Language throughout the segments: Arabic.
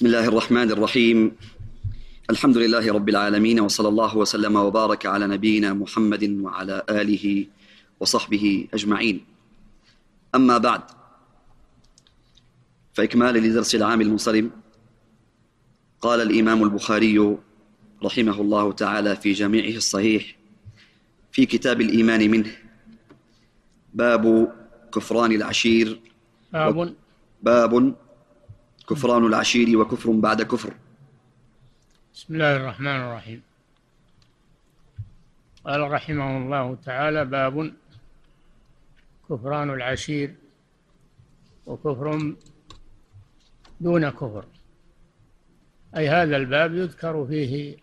بسم الله الرحمن الرحيم. الحمد لله رب العالمين، وصلى الله وسلم وبارك على نبينا محمد وعلى آله وصحبه أجمعين. أما بعد، فإكمال لدرس العام المنصرم، قال الإمام البخاري رحمه الله تعالى في جامعه الصحيح في كتاب الإيمان منه: باب كفران العشير. باب كفران العشير وكفر بعد كفر. بسم الله الرحمن الرحيم. قال رحمه الله تعالى: باب كفران العشير وكفر دون كفر. أي هذا الباب يذكر فيه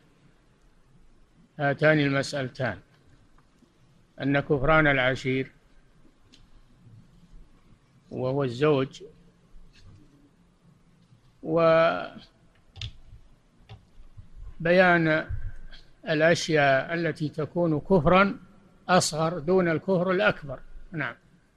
هاتان المسألتان: أن كفران العشير وهو الزوج، وبيان الأشياء التي تكون كفرا أصغر دون الكفر الأكبر. نعم.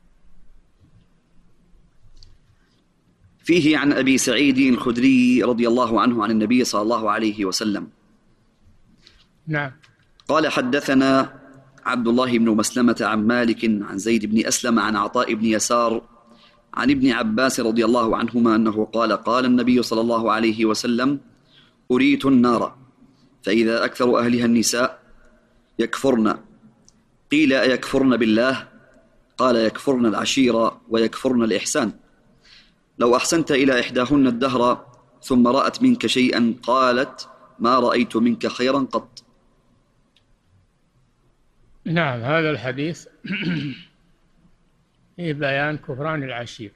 فيه عن أبي سعيد الخدري رضي الله عنه عن النبي صلى الله عليه وسلم. نعم. قال: حدثنا عبد الله بن مسلمة عن مالك عن زيد بن أسلم عن عطاء بن يسار عن ابن عباس رضي الله عنهما أنه قال: قال النبي صلى الله عليه وسلم: أريت النار فإذا أكثر أهلها النساء يكفرن. قيل: أيكفرن بالله؟ قال: يكفرن العشير ويكفرن الإحسان. لو أحسنت إلى إحداهن الدهر ثم رأت منك شيئا قالت: ما رأيت منك خيرا قط. نعم. هذا الحديث فيه بيان كفران العشير.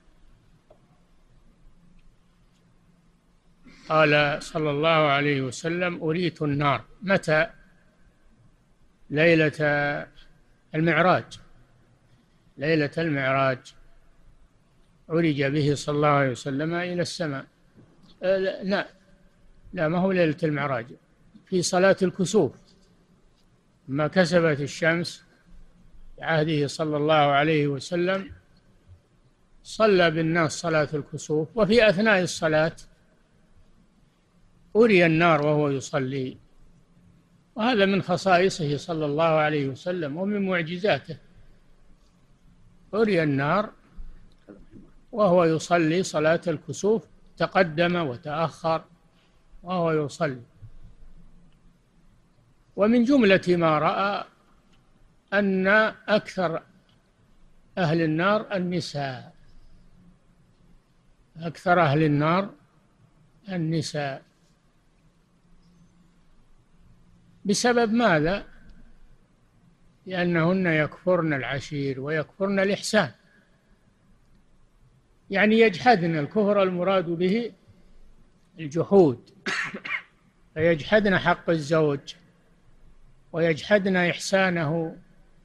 قال صلى الله عليه وسلم: أريت النار. متى؟ ليلة المعراج. ليلة المعراج عرج به صلى الله عليه وسلم إلى السماء. لا، ما هو ليلة المعراج، في صلاة الكسوف، ما كسفت الشمس عهده صلى الله عليه وسلم صلى بالناس صلاة الكسوف، وفي أثناء الصلاة أري النار وهو يصلي، وهذا من خصائصه صلى الله عليه وسلم ومن معجزاته. أري النار وهو يصلي صلاة الكسوف، تقدم وتأخر وهو يصلي. ومن جملة ما رأى أن أكثر أهل النار النساء. أكثر أهل النار النساء. بسبب ماذا؟ لأنهن يكفرن العشير ويكفرن الإحسان، يعني يجحدن الكفر المراد به الجحود، فيجحدن حق الزوج ويجحدن إحسانه.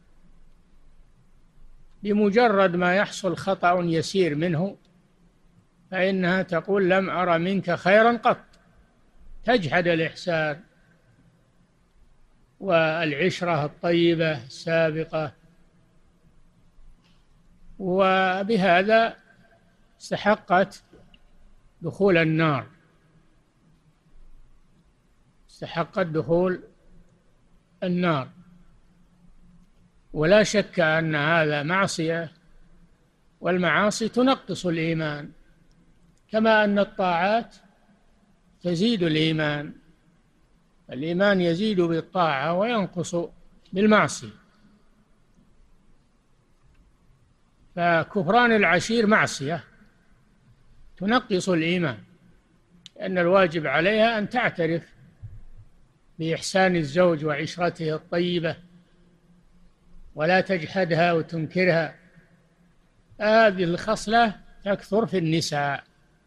بمجرد ما يحصل خطأ يسير منه فإنها تقول: لم أرى منك خيرا قط. تجحد الإحسان والعشرة الطيبة السابقة، وبهذا استحقت دخول النار، استحقت دخول النار. ولا شك أن هذا معصية، والمعاصي تنقص الإيمان، كما أن الطاعات تزيد الإيمان. الإيمان يزيد بالطاعة وينقص بالمعصية. فكفران العشير معصية تنقص الإيمان، لأن الواجب عليها أن تعترف بإحسان الزوج وعشرته الطيبة ولا تجحدها وتنكرها. هذه الخصلة تكثر في النساء،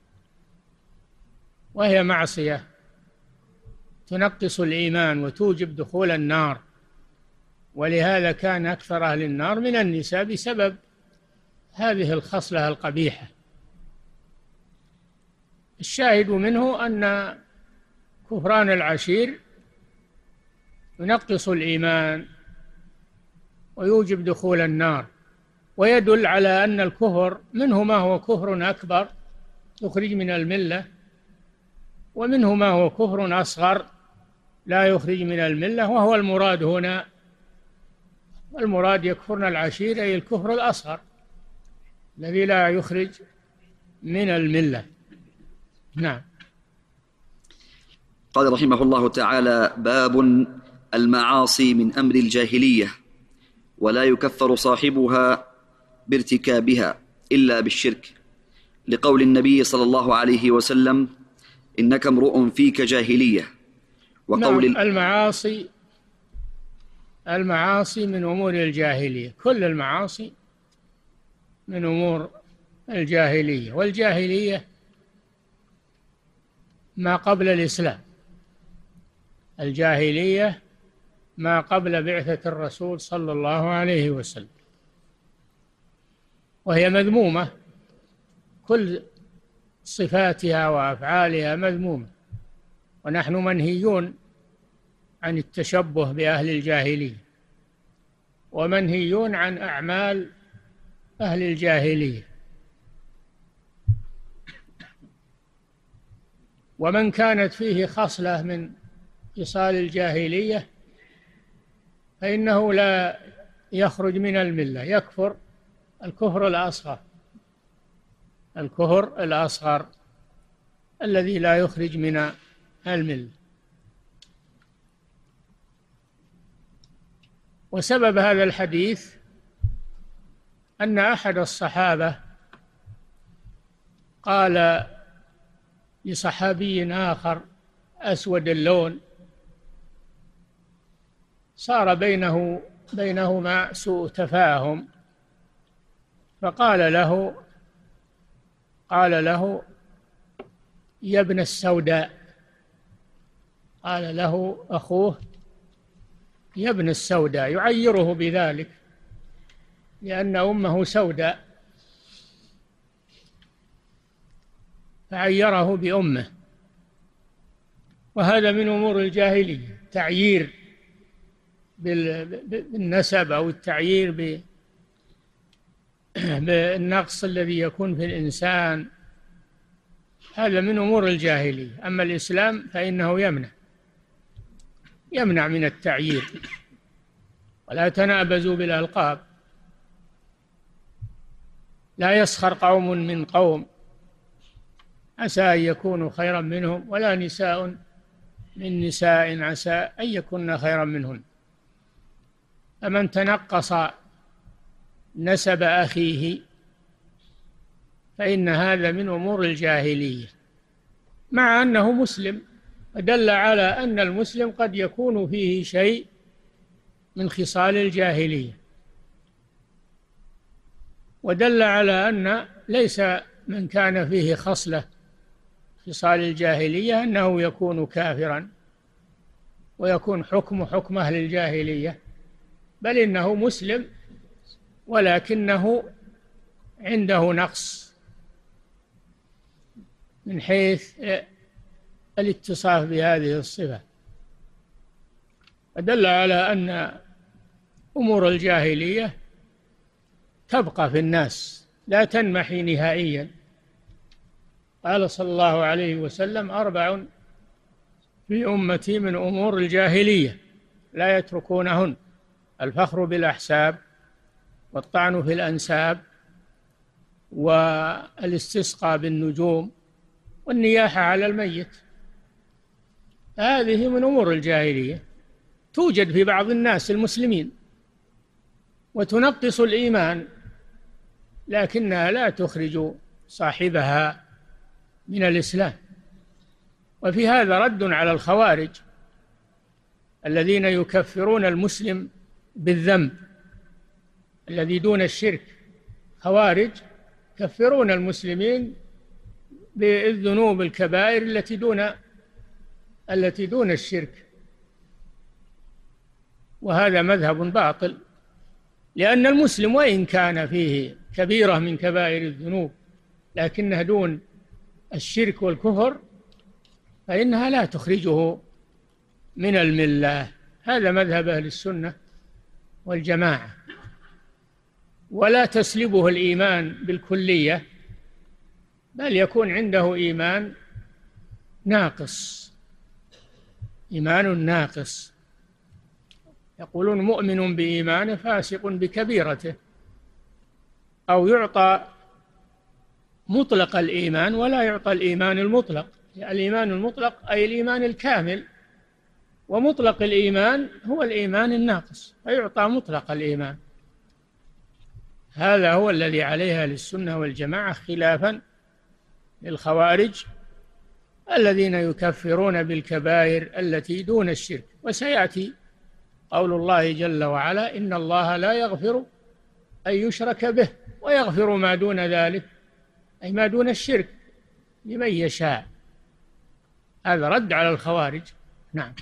وهي معصية تنقص الإيمان وتوجب دخول النار. ولهذا كان أكثر أهل النار من النساء بسبب هذه الخصلة القبيحة. الشاهد منه أن كفران العشير ينقص الإيمان ويوجب دخول النار، ويدل على أن الكفر منه ما هو كفر أكبر يخرج من الملة، ومنه ما هو كفر أصغر لا يخرج من الملة، وهو المراد هنا. المراد يكفرن العشير أي الكفر الأصغر الذي لا يخرج من الملة. نعم. قال رحمه الله تعالى: باب المعاصي من أمر الجاهلية، ولا يكفر صاحبها بارتكابها إلا بالشرك، لقول النبي صلى الله عليه وسلم: إنك امرؤ فيك جاهلية. وقول نعم. المعاصي من أمور الجاهلية، كل المعاصي من أمور الجاهلية، والجاهلية ما قبل الإسلام، الجاهلية ما قبل بعثة الرسول صلى الله عليه وسلم، وهي مذمومة، كل صفاتها وأفعالها مذمومة، ونحن منهيون عن التشبه بأهل الجاهلية، ومنهيون عن أعمال أهل الجاهلية. ومن كانت فيه خصلة من خصال الجاهلية فإنه لا يخرج من الملة، يكفر الكفر الأصغر، الكفر الأصغر الذي لا يخرج من الملة. وسبب هذا الحديث أن أحد الصحابة قال لصحابي آخر أسود اللون، صار بينهما سوء تفاهم، فقال له يا ابن السوداء، قال له أخوه يا ابن السوداء، يعيره بذلك لأن أمه سوداء، فعيره بأمه. وهذا من أمور الجاهلية، تعيير بالنسب أو التعيير بالنقص الذي يكون في الإنسان، هذا من أمور الجاهلية. أما الإسلام فإنه يمنع من التعيير. ولا تنابزوا بالألقاب، لا يسخر قوم من قوم عسى أن يكونوا خيرا منهم، ولا نساء من نساء عسى أن يكون خيرا منهن. فمن تنقص نسب أخيه فإن هذا من أمور الجاهلية، مع أنه مسلم، ودل على أن المسلم قد يكون فيه شيء من خصال الجاهلية، ودل على أن ليس من كان فيه خصلة خصال الجاهلية أنه يكون كافرا ويكون حكم أهل الجاهلية، بل إنه مسلم ولكنه عنده نقص من حيث الاتصاف بهذه الصفة. فدل على أن أمور الجاهلية تبقى في الناس لا تنمحي نهائيا. قال صلى الله عليه وسلم: 4 في أمتي من أمور الجاهلية لا يتركونهن: الفخر بالأحساب، والطعن في الأنساب، والاستسقاء بالنجوم، والنياحة على الميت. هذه من أمور الجاهلية، توجد في بعض الناس المسلمين وتنقص الإيمان، لكنها لا تخرج صاحبها من الإسلام. وفي هذا رد على الخوارج الذين يكفرون المسلم بالذنب الذي دون الشرك. خوارج يكفرون المسلمين بالذنوب الكبائر التي دون الشرك، وهذا مذهب باطل، لأن المسلم وإن كان فيه كبيرة من كبائر الذنوب لكنها دون الشرك والكفر فإنها لا تخرجه من الملة. هذا مذهب أهل السنة والجماعة. ولا تسلبه الإيمان بالكلية، بل يكون عنده إيمان ناقص، إيمان ناقص. يقولون مؤمن بإيمانه فاسق بكبيرته، أو يعطى مطلق الإيمان ولا يعطى الإيمان المطلق. الإيمان المطلق أي الإيمان الكامل، ومطلق الإيمان هو الإيمان الناقص، فيعطى مطلق الإيمان. هذا هو الذي عليه أهل السنة والجماعة، خلافا للخوارج الذين يكفرون بالكبائر التي دون الشرك. وسيأتي قول الله جل وعلا: إن الله لا يغفر أن يشرك به ويغفر ما دون ذلك، أي ما دون الشرك، لمن يشاء. هذا رد على الخوارج. نعم.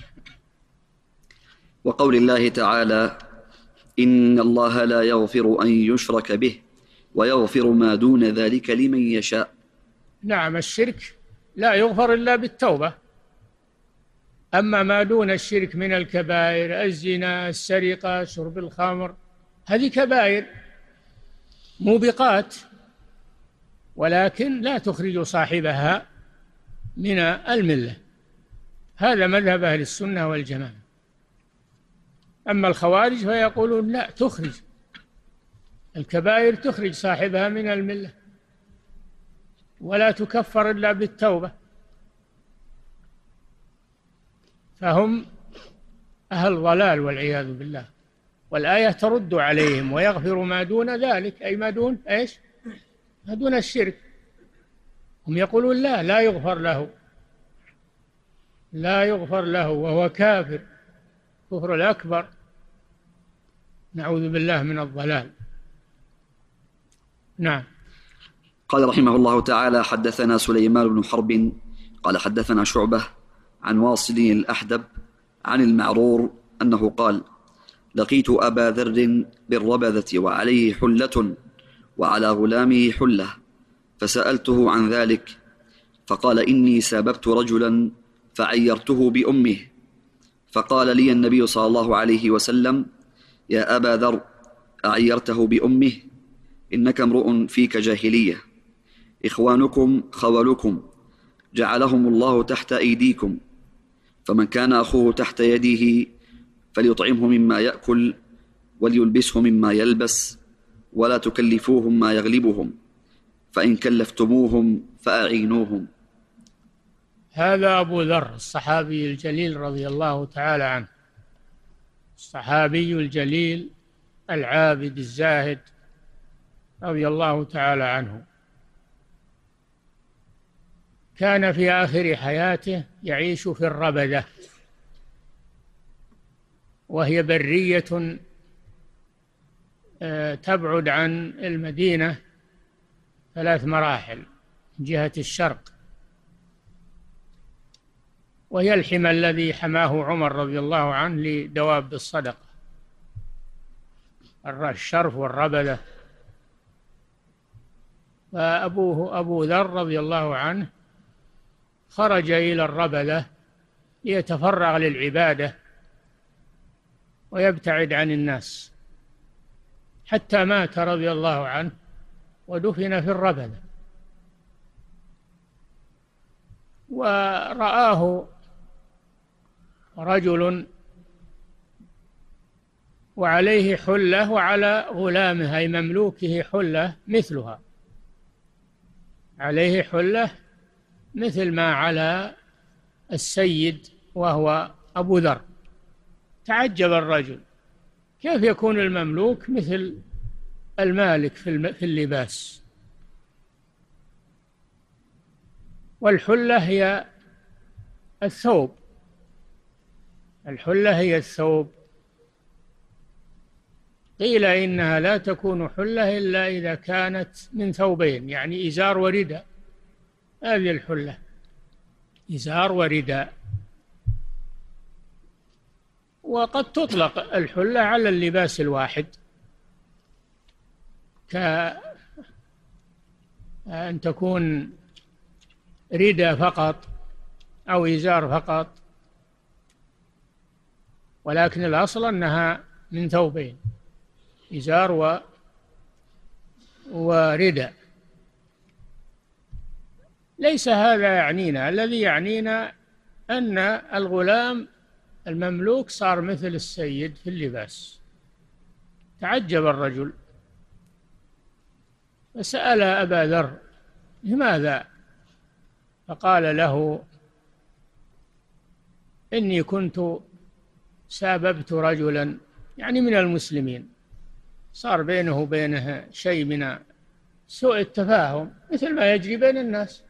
وقول الله تعالى: إن الله لا يغفر أن يشرك به ويغفر ما دون ذلك لمن يشاء. نعم، الشرك لا يغفر إلا بالتوبة. أما ما دون الشرك من الكبائر، الزنا، السرقة، شرب الخمر، هذه كبائر موبقات، ولكن لا تخرج صاحبها من الملة. هذا مذهب أهل السنة والجماعة. أما الخوارج فيقولون لا، تخرج الكبائر، تخرج صاحبها من الملة ولا تكفر إلا بالتوبة. فهم أهل ضلال والعياذ بالله. والآية ترد عليهم: ويغفر ما دون ذلك، أي ما دون إيش؟ ما دون الشرك. هم يقولون لا، لا يغفر له، لا يغفر له وهو كافر كفر الأكبر. نعوذ بالله من الضلال. نعم. قال رحمه الله تعالى: حدثنا سليمان بن حرب قال حدثنا شعبة عن واصل الأحدب عن المعرور أنه قال: لقيت أبا ذر بالربذة وعليه حلة وعلى غلامه حلة، فسألته عن ذلك فقال: إني ساببت رجلا فعيرته بأمه، فقال لي النبي صلى الله عليه وسلم: يا أبا ذر، أعيرته بأمه؟ إنك امرؤ فيك جاهلية، إخوانكم خولكم، جعلهم الله تحت أيديكم، فمن كان أخوه تحت يديه فليطعمه مما يأكل وليلبسه مما يلبس، ولا تكلفوهم ما يغلبهم، فإن كلفتموهم فأعينوهم. هذا أبو ذر الصحابي الجليل رضي الله تعالى عنه، الصحابي الجليل العابد الزاهد رضي الله تعالى عنه. كان في آخر حياته يعيش في الربذة، وهي برية تبعد عن المدينة 3 مراحل من جهة الشرق، وهي الحمى الذي حماه عمر رضي الله عنه لدواب الصدقة، الشرف والربذة. فأبوه أبو ذر رضي الله عنه خرج إلى الربذة ليتفرغ للعبادة ويبتعد عن الناس، حتى مات رضي الله عنه ودفن في الربذة. ورآه رجل وعليه حلة وعلى غلامه أي مملوكه حلة مثلها، عليه حلة مثل ما على السيد وهو أبو ذر. تعجب الرجل: كيف يكون المملوك مثل المالك في اللباس؟ والحلة هي الثوب، الحلة هي الثوب. قيل إنها لا تكون حلة إلا إذا كانت من ثوبين، يعني إزار ورداء. هذه الحلة، إزار ورداء. وقد تطلق الحلة على اللباس الواحد، كأن تكون رداء فقط أو إزار فقط، ولكن الأصل أنها من ثوبين، إزار ورداء. ليس هذا يعنينا. الذي يعنينا أن الغلام المملوك صار مثل السيد في اللباس. تعجب الرجل فسأل أبا ذر: لماذا؟ فقال له: إني كنت ساببت رجلا، يعني من المسلمين، صار بينه وبينه شيء من سوء التفاهم مثل ما يجري بين الناس.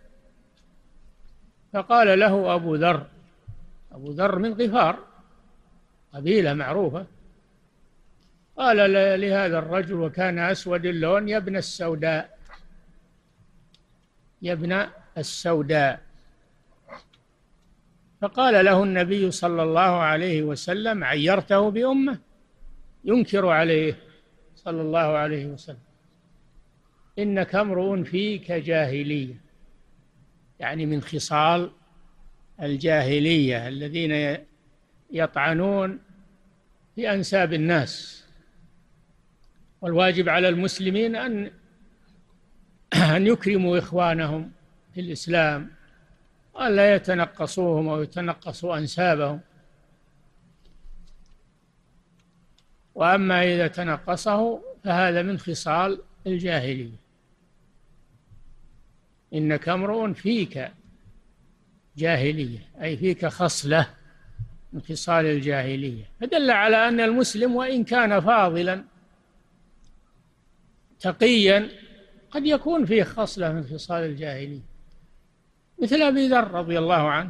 فقال له أبو ذر، أبو ذر من غفار، قبيلة معروفة، قال لهذا الرجل وكان أسود اللون: يا ابن السوداء، يا ابن السوداء. فقال له النبي صلى الله عليه وسلم: عيرته بأمه؟ ينكر عليه صلى الله عليه وسلم: إنك امرؤ فيك جاهلية، يعني من خصال الجاهلية الذين يطعنون في أنساب الناس. والواجب على المسلمين أن يكرموا إخوانهم في الإسلام، وأن لا يتنقصوهم أو يتنقصوا أنسابهم. وأما إذا تنقصه فهذا من خصال الجاهلية. إنك امرؤ فيك جاهلية، أي فيك خصلة من خصال الجاهلية. فدل على أن المسلم وإن كان فاضلا تقيا قد يكون فيه خصلة من خصال الجاهلية، مثل أبي ذر رضي الله عنه.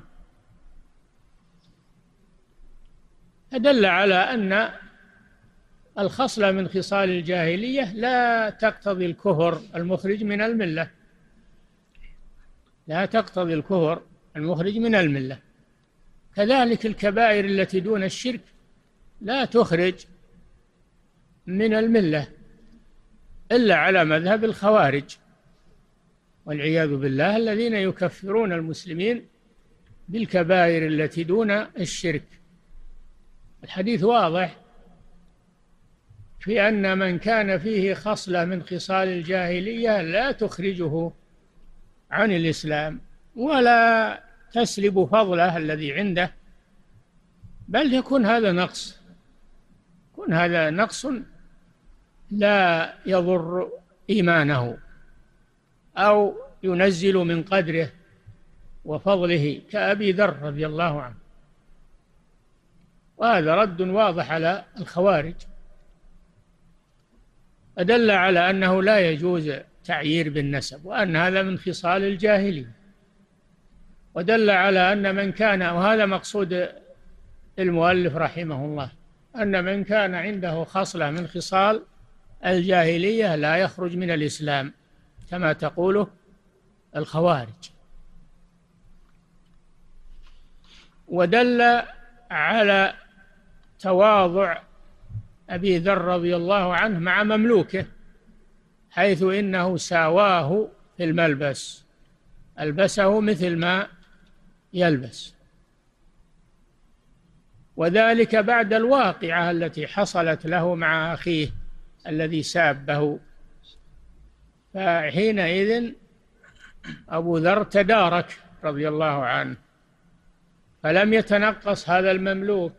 فدل على أن الخصلة من خصال الجاهلية لا تقتضي الكفر المخرج من الملة، لا تقتضي الكفر المخرج من الملة. كذلك الكبائر التي دون الشرك لا تخرج من الملة إلا على مذهب الخوارج والعياذ بالله، الذين يكفرون المسلمين بالكبائر التي دون الشرك. الحديث واضح في أن من كان فيه خصلة من خصال الجاهلية لا تخرجه عن الإسلام ولا تسلب فضله الذي عنده، بل يكون هذا نقص، يكون هذا نقص لا يضر إيمانه أو ينزل من قدره وفضله، كأبي ذر رضي الله عنه. وهذا رد واضح على الخوارج، أدل على أنه لا يجوز تعيير بالنسب، وأن هذا من خصال الجاهلية. ودل على أن من كان، وهذا مقصود المؤلف رحمه الله، أن من كان عنده خصلة من خصال الجاهلية لا يخرج من الإسلام كما تقوله الخوارج. ودل على تواضع أبي ذر رضي الله عنه مع مملوكه، حيث إنه ساواه في الملبس، ألبسه مثل ما يلبس، وذلك بعد الواقعة التي حصلت له مع أخيه الذي سابه. فحينئذ أبو ذر تدارك رضي الله عنه، فلم يتنقص هذا المملوك،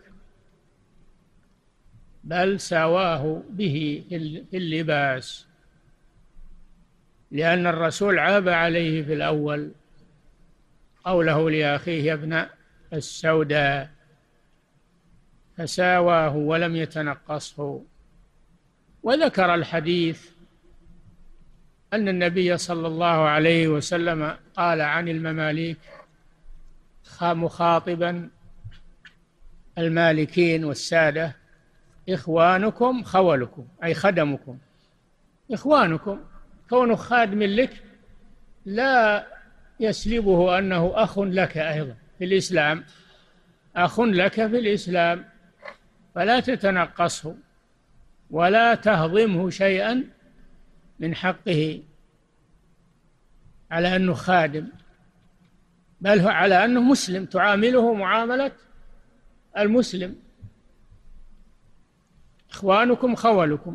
بل ساواه به في اللباس، لأن الرسول عاب عليه في الأول قوله لأخيه: يا ابن السوداء، فساواه ولم يتنقصه. وذكر الحديث أن النبي صلى الله عليه وسلم قال عن المماليك مخاطبا المالكين والسادة: إخوانكم خولكم، أي خدمكم، إخوانكم. كونه خادم لك لا يسلبه أنه أخ لك أيضا في الإسلام، أخ لك في الإسلام، فلا تتنقصه ولا تهضمه شيئا من حقه على أنه خادم، بل على أنه مسلم، تعامله معاملة المسلم. إخوانكم خولكم،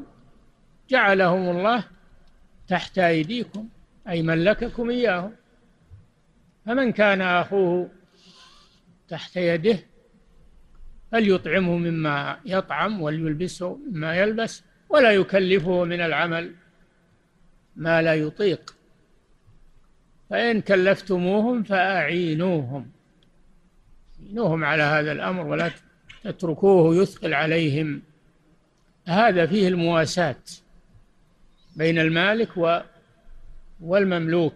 جعلهم الله تحت أيديكم، أي ملككم إياهم. فمن كان أخوه تحت يده فليطعمه مما يطعم وليلبسه مما يلبس، ولا يكلفه من العمل ما لا يطيق. فإن كلفتموهم فأعينوهم على هذا الأمر، ولا تتركوه يثقل عليهم. هذا فيه المواساة بين المالك والمملوك،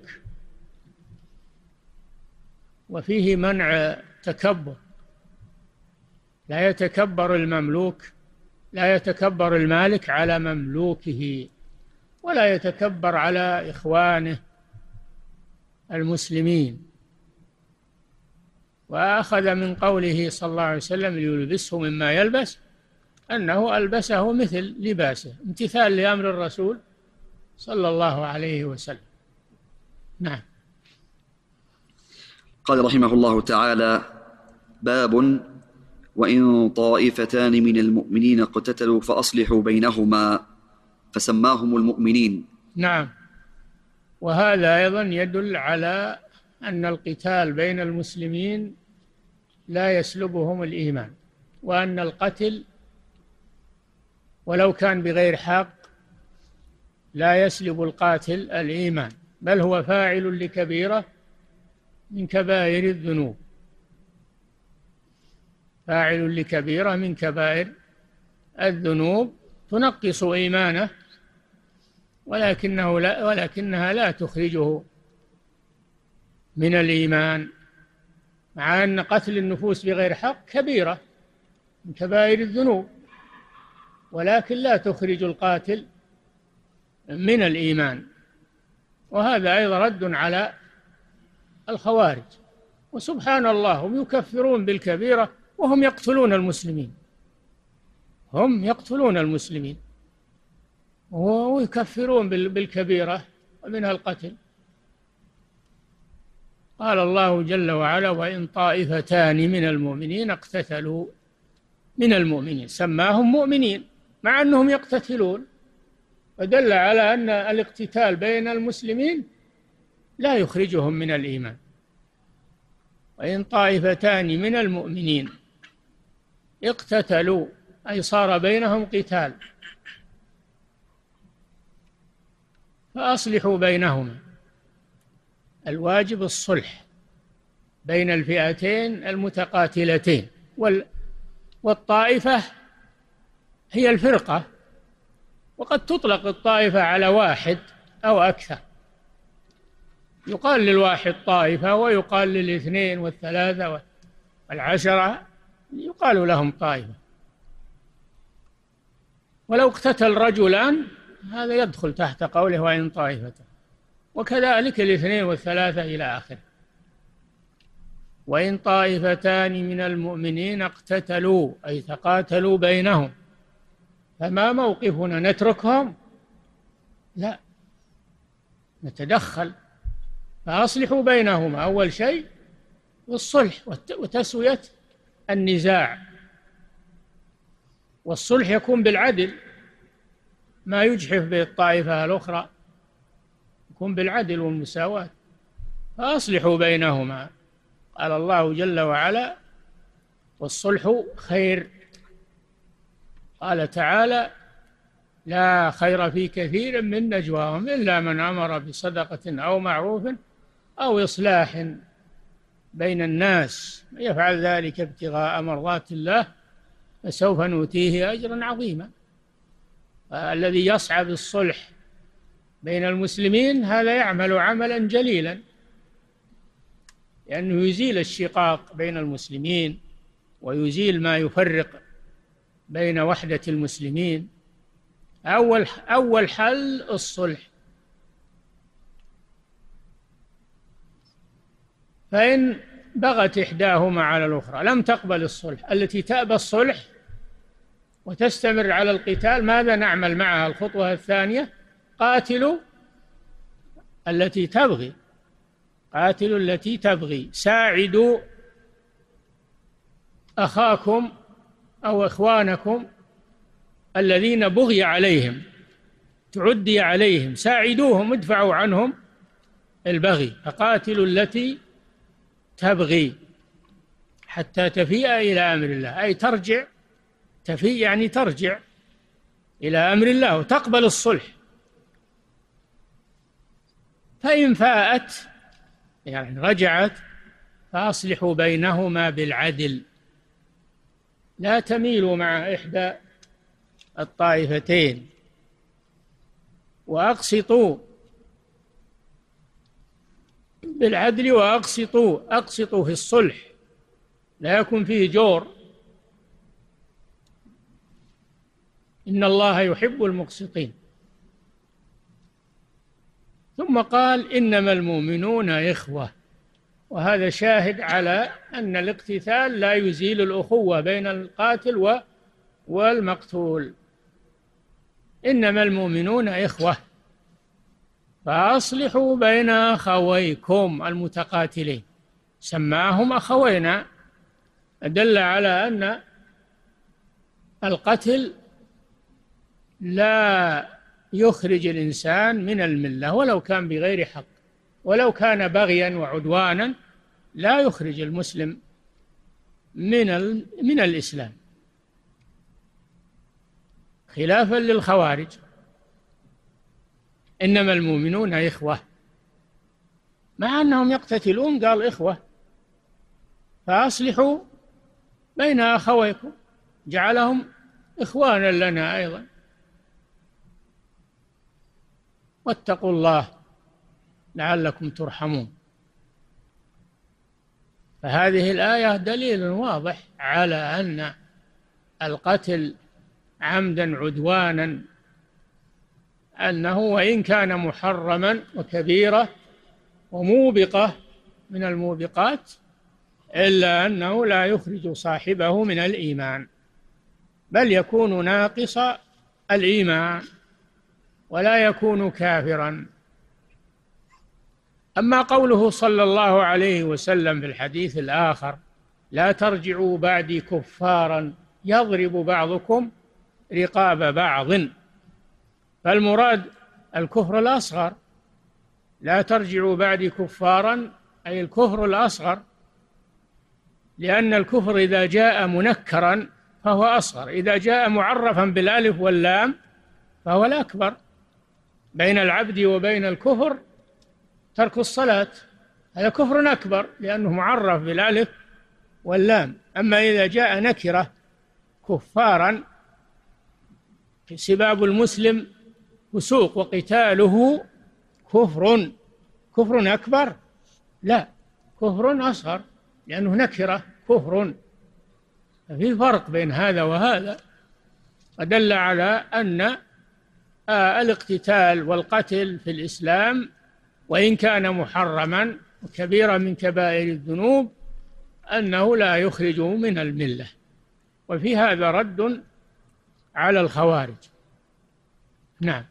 وفيه منع تكبر. لا يتكبر المالك على مملوكه، ولا يتكبر على إخوانه المسلمين. وأخذ من قوله صلى الله عليه وسلم ليلبسه مما يلبس أنه ألبسه مثل لباسه، امتثال لأمر الرسول صلى الله عليه وسلم. نعم. قال رحمه الله تعالى: باب: وإن طائفتان من المؤمنين اقتتلوا فأصلحوا بينهما، فسماهم المؤمنين. نعم. وهذا أيضا يدل على أن القتال بين المسلمين لا يسلبهم الإيمان، وأن القتل ولو كان بغير حق لا يسلب القاتل الإيمان، بل هو فاعل لكبيرة من كبائر الذنوب، فاعل لكبيرة من كبائر الذنوب تنقص إيمانه، ولكنها لا تخرجه من الإيمان، مع أن قتل النفوس بغير حق كبيرة من كبائر الذنوب، ولكن لا تخرج القاتل من الإيمان. وهذا أيضا رد على الخوارج. وسبحان الله، هم يكفرون بالكبيرة وهم يقتلون المسلمين، هم يقتلون المسلمين ويكفرون بالكبيرة ومنها القتل. قال الله جل وعلا: وإن طائفتان من المؤمنين اقتتلوا من المؤمنين، سماهم مؤمنين مع أنهم يقتتلون، ودل على أن الاقتتال بين المسلمين لا يخرجهم من الإيمان. وإن طائفتان من المؤمنين اقتتلوا، أي صار بينهم قتال، فأصلحوا بينهما. الواجب الصلح بين الفئتين المتقاتلتين، والطائفة هي الفرقة، وقد تطلق الطائفة على واحد أو أكثر، يقال للواحد طائفة ويقال للاثنين والثلاثة والعشرة يقال لهم طائفة. ولو اقتتل رجلان هذا يدخل تحت قوله وإن طائفة، وكذلك الاثنين والثلاثة إلى آخره. وإن طائفتان من المؤمنين اقتتلوا، أي تقاتلوا بينهم، فما موقفنا؟ نتركهم؟ لا، نتدخل. فأصلحوا بينهما، أول شيء والصلح وتسوية النزاع. والصلح يكون بالعدل، ما يجحف به الطائفة الأخرى، يكون بالعدل والمساواة. فأصلحوا بينهما. قال الله جل وعلا: والصلح خير. قال تعالى: لا خير في كثير من نجواهم إلا من أمر بصدقة أو معروف أو إصلاح بين الناس، يفعل ذلك ابتغاء مرضات الله فسوف نؤتيه أجرا عظيما. الذي يسعى بالصلح بين المسلمين هذا يعمل عملا جليلا، لأنه يزيل الشقاق بين المسلمين ويزيل ما يفرق بين وحدة المسلمين. أول حل الصلح. فإن بغت إحداهما على الأخرى لم تقبل الصلح، التي تأبى الصلح وتستمر على القتال، ماذا نعمل معها؟ الخطوة الثانية: قاتلوا التي تبغي، قاتلوا التي تبغي، ساعدوا أخاكم أو إخوانكم الذين بغي عليهم، تعدي عليهم، ساعدوهم، ادفعوا عنهم البغي. فقاتلوا التي تبغي حتى تفيء إلى أمر الله، أي ترجع. تفيء يعني ترجع إلى أمر الله وتقبل الصلح. فإن فاءت يعني رجعت فأصلحوا بينهما بالعدل، لا تميلوا مع إحدى الطائفتين، وأقسطوا بالعدل أقسطوا في الصلح، لا يكن فيه جور، إن الله يحب المقسطين. ثم قال إنما المؤمنون إخوة، وهذا شاهد على أن الاقتتال لا يزيل الأخوة بين القاتل والمقتول. إنما المؤمنون إخوة فأصلحوا بين أخويكم المتقاتلين، سماهم أخوينا، دل على أن القتل لا يخرج الإنسان من الملة ولو كان بغير حق، ولو كان بغيا وعدوانا لا يخرج المسلم من الإسلام، خلافا للخوارج. إنما المؤمنون إخوة، مع أنهم يقتتلون قال إخوة، فأصلحوا بين أخويكم، جعلهم إخوانا لنا أيضا. واتقوا الله لعلكم ترحمون. فهذه الآية دليل واضح على أن القتل عمدا عدوانا أنه وإن كان محرما وكبيرة وموبقة من الموبقات، إلا أنه لا يخرج صاحبه من الإيمان، بل يكون ناقص الإيمان ولا يكون كافرا. أما قوله صلى الله عليه وسلم في الحديث الآخر لا ترجعوا بعدي كفارا يضرب بعضكم رقاب بعض، فالمراد الكفر الأصغر، لا ترجعوا بعدي كفارا أي الكفر الأصغر، لأن الكفر إذا جاء منكرا فهو أصغر، إذا جاء معرفا بالألف واللام فهو الأكبر. بين العبد وبين الكفر ترك الصلاة، هذا كفر أكبر لأنه معرف بالألف واللام. أما إذا جاء نكرة كفارا سباب المسلم فسوق وقتاله كفر أكبر، لا، كفر أصغر لأنه نكرة كفر. ففي فرق بين هذا وهذا، ودل على أن الاقتتال والقتل في الإسلام وإن كان محرما وكبيرا من كبائر الذنوب أنه لا يخرج من الملة. وفي هذا رد على الخوارج. نعم.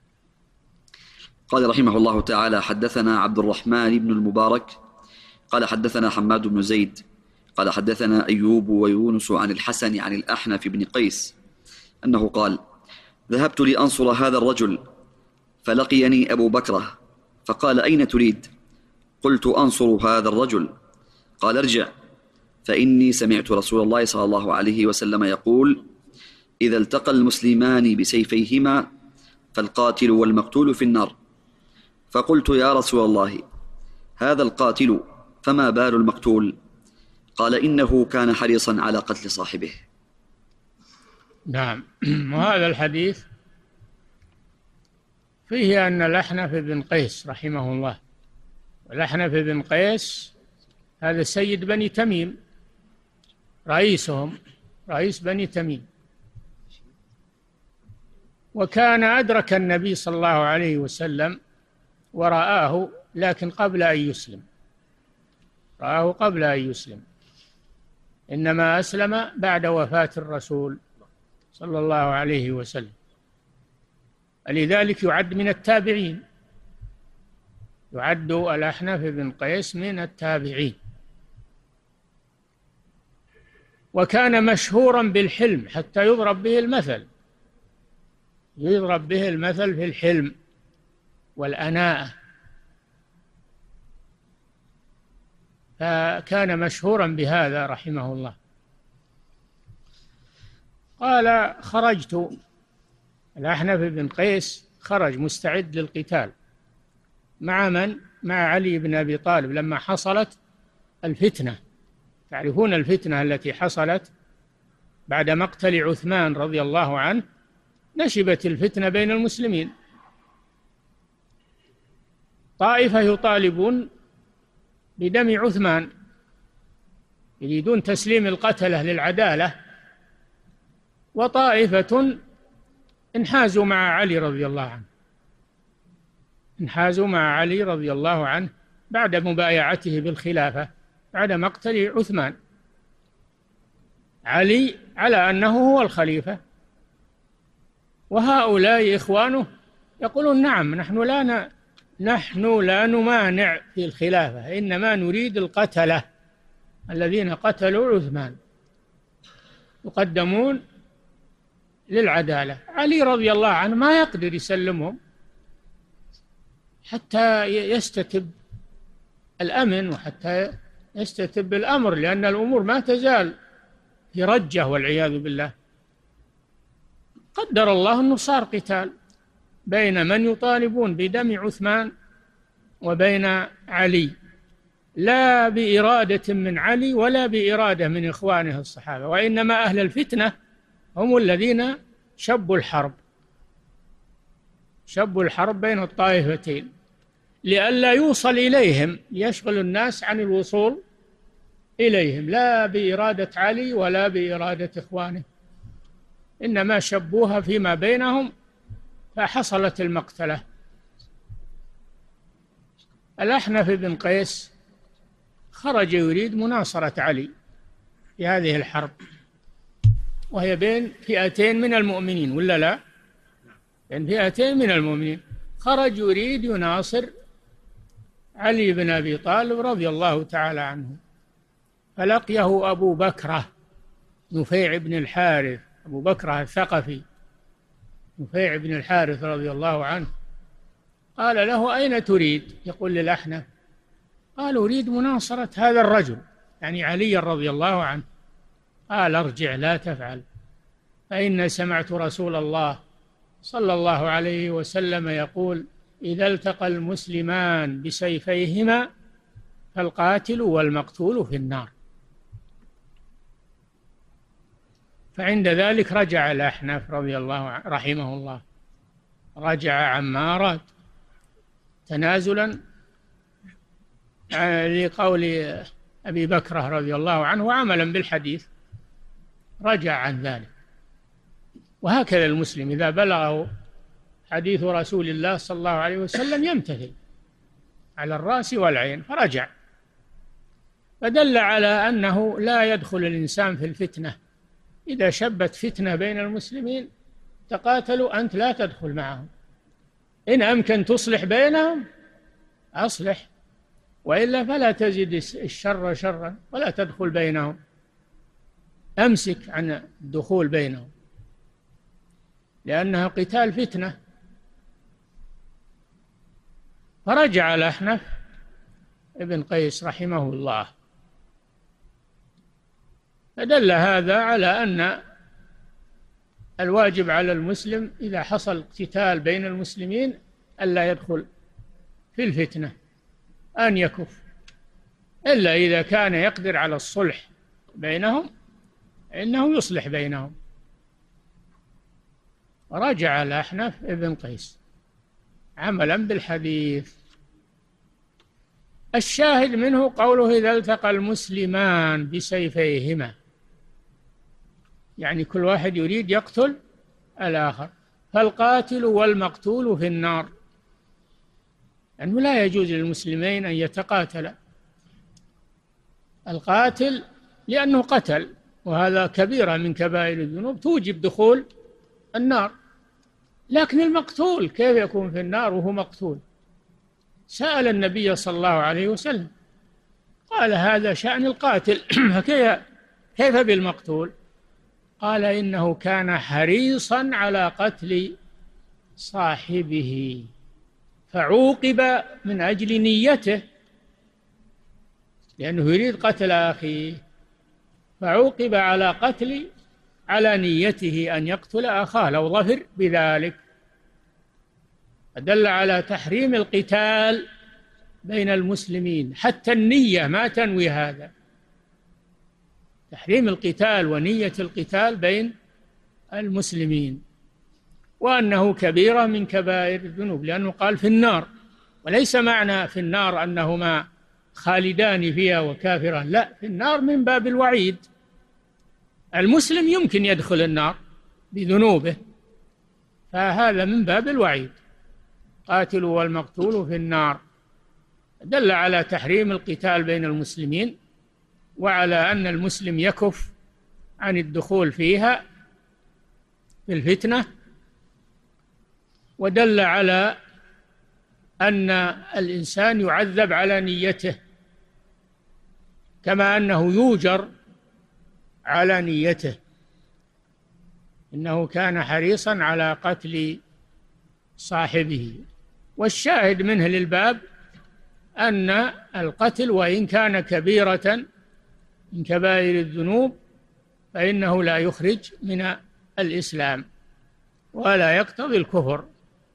قال رحمه الله تعالى حدثنا عبد الرحمن بن المبارك قال حدثنا حماد بن زيد قال حدثنا أيوب ويونس عن الحسن عن الأحنف بن قيس أنه قال ذهبت لأنصر هذا الرجل فلقيني أبو بكرة فقال أين تريد؟ قلت أنصر هذا الرجل. قال ارجع فإني سمعت رسول الله صلى الله عليه وسلم يقول إذا التقى المسلمان بسيفيهما فالقاتل والمقتول في النار. فقلت يا رسول الله هذا القاتل فما بال المقتول؟ قال إنه كان حريصا على قتل صاحبه. نعم. وهذا الحديث فيه أن الأحنف بن قيس رحمه الله، والأحنف بن قيس هذا سيد بني تميم، رئيسهم، رئيس بني تميم، وكان أدرك النبي صلى الله عليه وسلم ورآه، لكن قبل أن يسلم، رآه قبل أن يسلم، إنما أسلم بعد وفاة الرسول صلى الله عليه وسلم، لذلك يعد من التابعين، يعد الأحنف بن قيس من التابعين. وكان مشهورا بالحلم حتى يضرب به المثل، يضرب به المثل في الحلم والأناءة. فكان مشهورا بهذا رحمه الله. قال: خرجت، الأحنف بن قيس خرج مستعد للقتال مع من؟ مع علي بن أبي طالب لما حصلت الفتنة. تعرفون الفتنة التي حصلت بعد مقتل عثمان رضي الله عنه، نشبت الفتنة بين المسلمين، طائفة يطالبون بدم عثمان، يريدون تسليم القتلة للعدالة، وطائفة انحازوا مع علي رضي الله عنه، انحازوا مع علي رضي الله عنه بعد مبايعته بالخلافة بعد مقتل عثمان، علي على أنه هو الخليفة، وهؤلاء إخوانه يقولون: نعم، نحن لا نمانع في الخلافة، إنما نريد القتلة الذين قتلوا عثمان يقدمون للعدالة. علي رضي الله عنه ما يقدر يسلمهم حتى يستتب الأمن وحتى يستتب الأمر، لأن الأمور ما تزال في رجة والعياذ بالله. قدر الله أنه صار قتال بين من يطالبون بدم عثمان وبين علي، لا بإرادة من علي ولا بإرادة من إخوانه الصحابة، وإنما أهل الفتنة هم الذين شبوا الحرب بين الطائفتين لئلا يوصل إليهم، يشغل الناس عن الوصول إليهم، لا بإرادة علي ولا بإرادة إخوانه، إنما شبوها فيما بينهم فحصلت المقتلة. الأحنف بن قيس خرج يريد مناصرة علي في هذه الحرب، وهي بين فئتين من المؤمنين، ولا لا؟ بين فئتين من المؤمنين، خرج يريد يناصر علي بن أبي طالب رضي الله تعالى عنه، فلقيه أبو بكرة نفيع بن الحارث، أبو بكرة الثقفي نفيع بن الحارث رضي الله عنه، قال له: أين تريد؟ يقول للأحنف. قال: أريد مناصرة هذا الرجل، يعني علي رضي الله عنه. قال: ارجع، لا تفعل، فإن سمعت رسول الله صلى الله عليه وسلم يقول: إذا التقى المسلمان بسيفيهما فالقاتل والمقتول في النار. فعند ذلك رجع الأحنف رضي الله عنه رحمه الله، رجع عما أراد تنازلا لقول أبي بكرة رضي الله عنه وعملا بالحديث، رجع عن ذلك. وهكذا المسلم إذا بلغه حديث رسول الله صلى الله عليه وسلم يمتثل على الرأس والعين، فرجع، فدل على أنه لا يدخل الإنسان في الفتنة. إذا شبت فتنة بين المسلمين تقاتلوا، أنت لا تدخل معهم، إن أمكن تصلح بينهم أصلح، وإلا فلا تزد الشر شرا ولا تدخل بينهم، أمسك عن الدخول بينهم، لأنها قتال فتنة. فرجع الأحنف ابن قيس رحمه الله، فدل هذا على أن الواجب على المسلم إذا حصل قتال بين المسلمين ألا يدخل في الفتنة، أن يكف، إلا إذا كان يقدر على الصلح بينهم إنه يصلح بينهم. رجع الأحنف ابن قيس عملا بالحديث. الشاهد منه قوله: إذا التقى المسلمان بسيفيهما، يعني كل واحد يريد يقتل الآخر، فالقاتل والمقتول في النار، لأنه لا يجوز للمسلمين أن يتقاتلا. القاتل لأنه قتل، وهذا كبيرة من كبائر الذنوب توجب دخول النار، لكن المقتول كيف يكون في النار وهو مقتول؟ سأل النبي صلى الله عليه وسلم قال: هذا شأن القاتل كيف بالمقتول؟ قال: إنه كان حريصا على قتل صاحبه فعوقب من أجل نيته، لأنه يريد قتل أخيه، فعوقب على نيته أن يقتل أخاه لو ظفر بذلك. دل على تحريم القتال بين المسلمين، حتى النية ما تنوي هذا، تحريم القتال ونية القتال بين المسلمين، وأنه كبيرة من كبائر الذنوب، لأنه قال في النار، وليس معنى في النار أنهما خالدان فيها وكافران، لا، في النار من باب الوعيد. المسلم يمكن يدخل النار بذنوبه، فهذا من باب الوعيد، قاتل والمقتول في النار. دل على تحريم القتال بين المسلمين، وعلى أن المسلم يكف عن الدخول فيها في الفتنة، ودل على أن الإنسان يعذب على نيته، كما أنه يوجر على نيته، إنه كان حريصا على قتل صاحبه. والشاهد منه للباب أن القتل وإن كان كبيرة من كبائر الذنوب فإنه لا يخرج من الإسلام ولا يقتضي الكفر،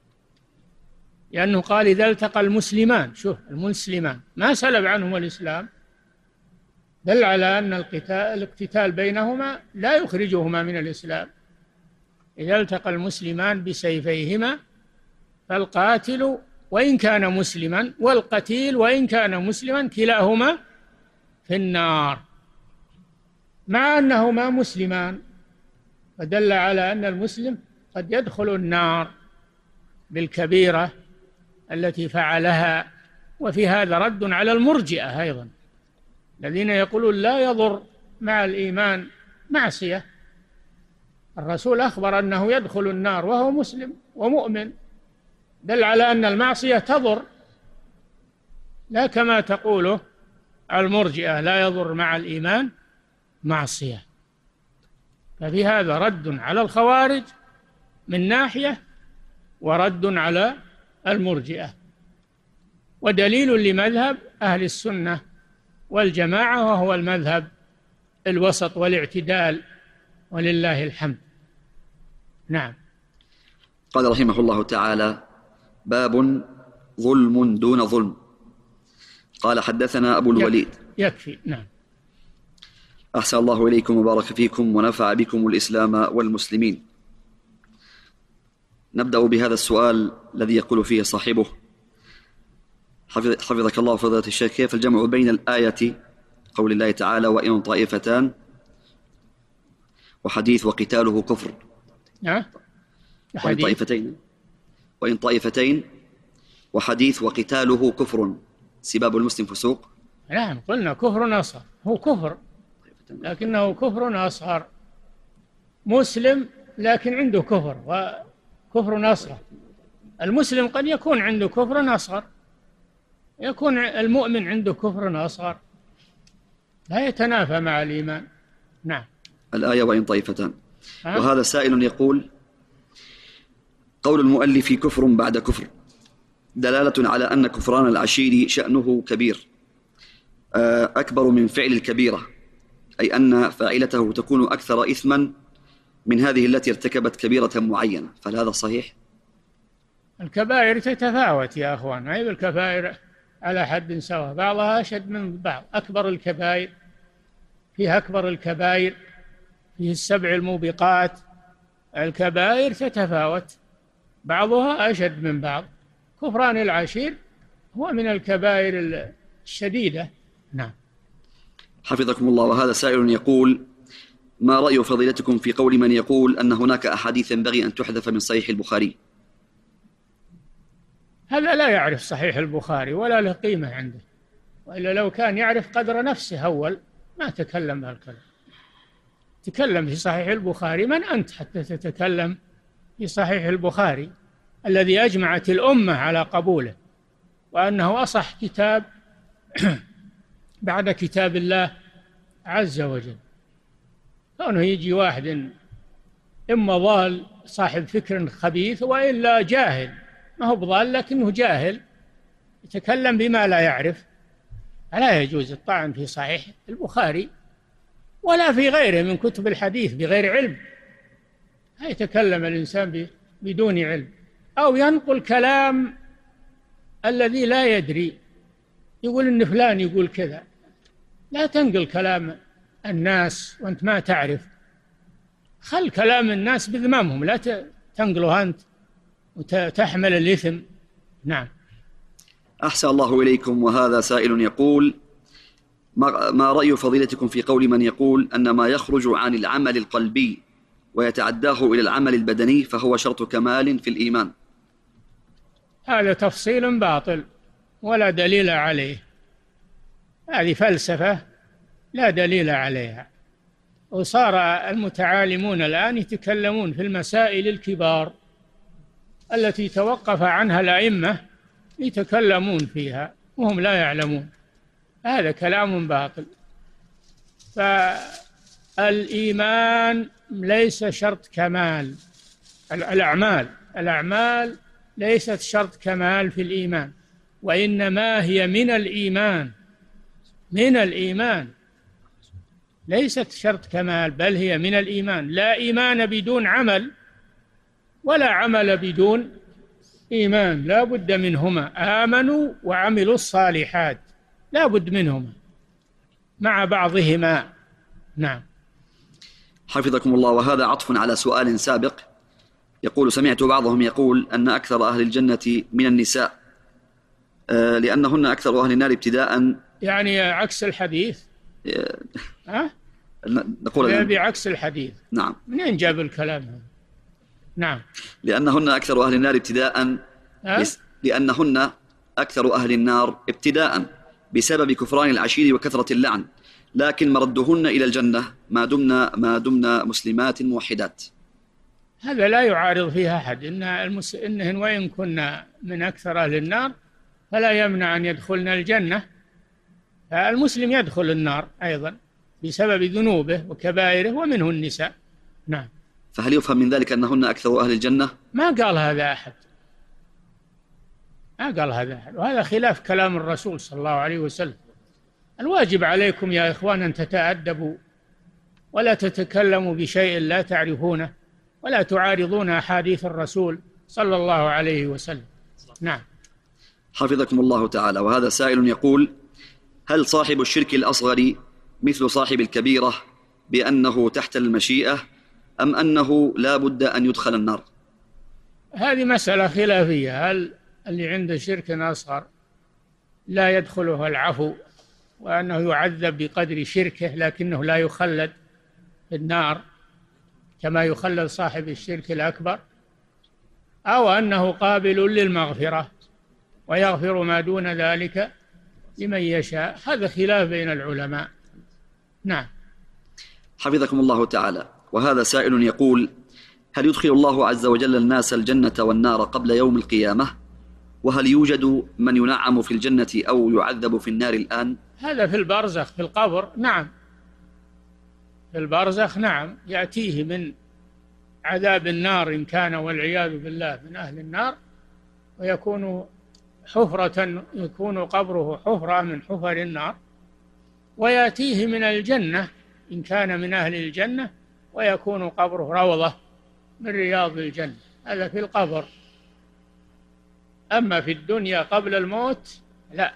لأنه قال إذا التقى المسلمان، شوف المسلمان ما سلب عنهما الإسلام، دل على أن الاقتتال بينهما لا يخرجهما من الإسلام. إذا التقى المسلمان بسيفيهما فالقاتل وإن كان مسلما والقتيل وإن كان مسلما كلاهما في النار، مع أنهما مسلمان، فدل على أن المسلم قد يدخل النار بالكبيرة التي فعلها. وفي هذا رد على المرجئة أيضا، الذين يقولون لا يضر مع الإيمان معصية. الرسول أخبر أنه يدخل النار وهو مسلم ومؤمن، دل على أن المعصية تضر، لا كما تقوله المرجئة لا يضر مع الإيمان معصية. ففي هذا رد على الخوارج من ناحية، ورد على المرجئة، ودليل لمذهب أهل السنة والجماعة، وهو المذهب الوسط والاعتدال، ولله الحمد. نعم. قال رحمه الله تعالى: باب ظلم دون ظلم. قال: حدثنا أبو الوليد. يكفي. نعم. أحسن الله إليكم وبارك فيكم ونفع بكم الإسلام والمسلمين. نبدأ بهذا السؤال الذي يقول فيه صاحبه: حفظك الله فضيلة الشيخ، كيف الجمع بين الآية قول الله تعالى وإن طائفتان وحديث وقتاله كفر؟ وإن طائفتين وحديث وقتاله كفر سباب المسلم فسوق. نعم، قلنا كفر أصغر، هو كفر لكنه كفر أصغر، مسلم لكن عنده كفر وكفر أصغر. المسلم قد يكون عنده كفر أصغر، يكون المؤمن عنده كفر أصغر، لا يتنافى مع الإيمان. نعم. الآية وإن طائفتان. وهذا سائل يقول: قول المؤلف كفر بعد كفر دلالة على أن كفران العشير شأنه كبير أكبر من فعل الكبيرة، أي أن فاعلته تكون أكثر إثما من هذه التي ارتكبت كبيرة معينة، فهل هذا صحيح؟ الكبائر تتفاوت يا أخوان، ما هي الكبائر على حد سواء، بعضها أشد من بعض. أكبر الكبائر فيها أكبر الكبائر، فيه 7 الموبقات. الكبائر تتفاوت، بعضها أشد من بعض. كفران العشير هو من الكبائر الشديدة. نعم. حفظكم الله. وهذا سائل يقول: ما رأي فضيلتكم في قول من يقول أن هناك أحاديث ينبغي أن تحذف من صحيح البخاري؟ هذا لا يعرف صحيح البخاري ولا له قيمة عنده، وإلا لو كان يعرف قدر نفسه أول ما تكلم بهالكلام. تكلم في صحيح البخاري، من أنت حتى تتكلم في صحيح البخاري الذي أجمعت الأمة على قبوله، وأنه أصح كتاب بعد كتاب الله عز وجل. كونه يجي واحد إما ضال صاحب فكر خبيث وإلا جاهل، ما هو بضال لكنه جاهل، يتكلم بما لا يعرف، لا يجوز الطعن في صحيح البخاري ولا في غيره من كتب الحديث بغير علم. لا يتكلم الإنسان بدون علم أو ينقل كلام الذي لا يدري، يقول إن فلان يقول كذا. لا تنقل كلام الناس وأنت ما تعرف، خل كلام الناس بذممهم، لا تنقله أنت وتحمل الإثم. نعم. أحسن الله إليكم. وهذا سائل يقول: ما رأي فضيلتكم في قول من يقول أن ما يخرج عن العمل القلبي ويتعداه إلى العمل البدني فهو شرط كمال في الإيمان؟ هذا تفصيل باطل ولا دليل عليه، هذه فلسفة لا دليل عليها. وصار المتعالمون الآن يتكلمون في المسائل الكبار التي توقف عنها الأئمة، يتكلمون فيها وهم لا يعلمون. هذا كلام باطل. فالإيمان ليس شرط كمال، الأعمال ليست شرط كمال في الإيمان، وإنما هي من الإيمان ليست شرط كمال، بل هي من الإيمان. لا إيمان بدون عمل ولا عمل بدون إيمان، لا بد منهما. آمنوا وعملوا الصالحات، لا بد منهما مع بعضهما. نعم. حفظكم الله. وهذا عطف على سؤال سابق. يقول: سمعت بعضهم يقول أن أكثر أهل الجنة من النساء لأنهن أكثر أهل النار ابتداء. يعني عكس الحديث. نقول بعكس الحديث. نعم. منين جاب الكلام هذا؟ نعم. لأنهن أكثر أهل النار ابتداء لأنهن أكثر أهل النار ابتداء بسبب كفران العشير وكثرة اللعن، لكن مردهن إلى الجنة ما دمنا مسلمات موحدات. هذا لا يعارض فيها أحد. إنهن وإن كنا من أكثر أهل النار فلا يمنع أن يدخلن الجنة. المسلم يدخل النار أيضا بسبب ذنوبه وكبائره، ومنه النساء. نعم. فهل يفهم من ذلك أنهن أكثر أهل الجنة؟ ما قال هذا أحد، وهذا خلاف كلام الرسول صلى الله عليه وسلم. الواجب عليكم يا إخوان أن تتأدبوا ولا تتكلموا بشيء لا تعرفونه، ولا تعارضون أحاديث الرسول صلى الله عليه وسلم. نعم. حفظكم الله تعالى. وهذا سائل يقول: هل صاحب الشرك الأصغر مثل صاحب الكبيرة بأنه تحت المشيئة، أم أنه لا بد أن يدخل النار؟ هذه مسألة خلافية. هل اللي عنده شرك أصغر لا يدخله العفو وأنه يعذب بقدر شركه لكنه لا يخلد في النار كما يخلد صاحب الشرك الأكبر، أو أنه قابل للمغفرة ويغفر ما دون ذلك لمن يشاء؟ هذا خلاف بين العلماء. نعم. حفظكم الله تعالى. وهذا سائل يقول: هل يدخل الله عز وجل الناس الجنة والنار قبل يوم القيامة؟ وهل يوجد من ينعم في الجنة أو يعذب في النار الآن؟ هذا في البرزخ، في القبر. نعم، في البرزخ. نعم، يأتيه من عذاب النار إن كان والعياذ بالله من أهل النار، ويكون يكون قبره حفرة من حفر النار، ويأتيه من الجنة إن كان من أهل الجنة، ويكون قبره روضة من رياض الجنة. هذا في القبر. أما في الدنيا قبل الموت لا،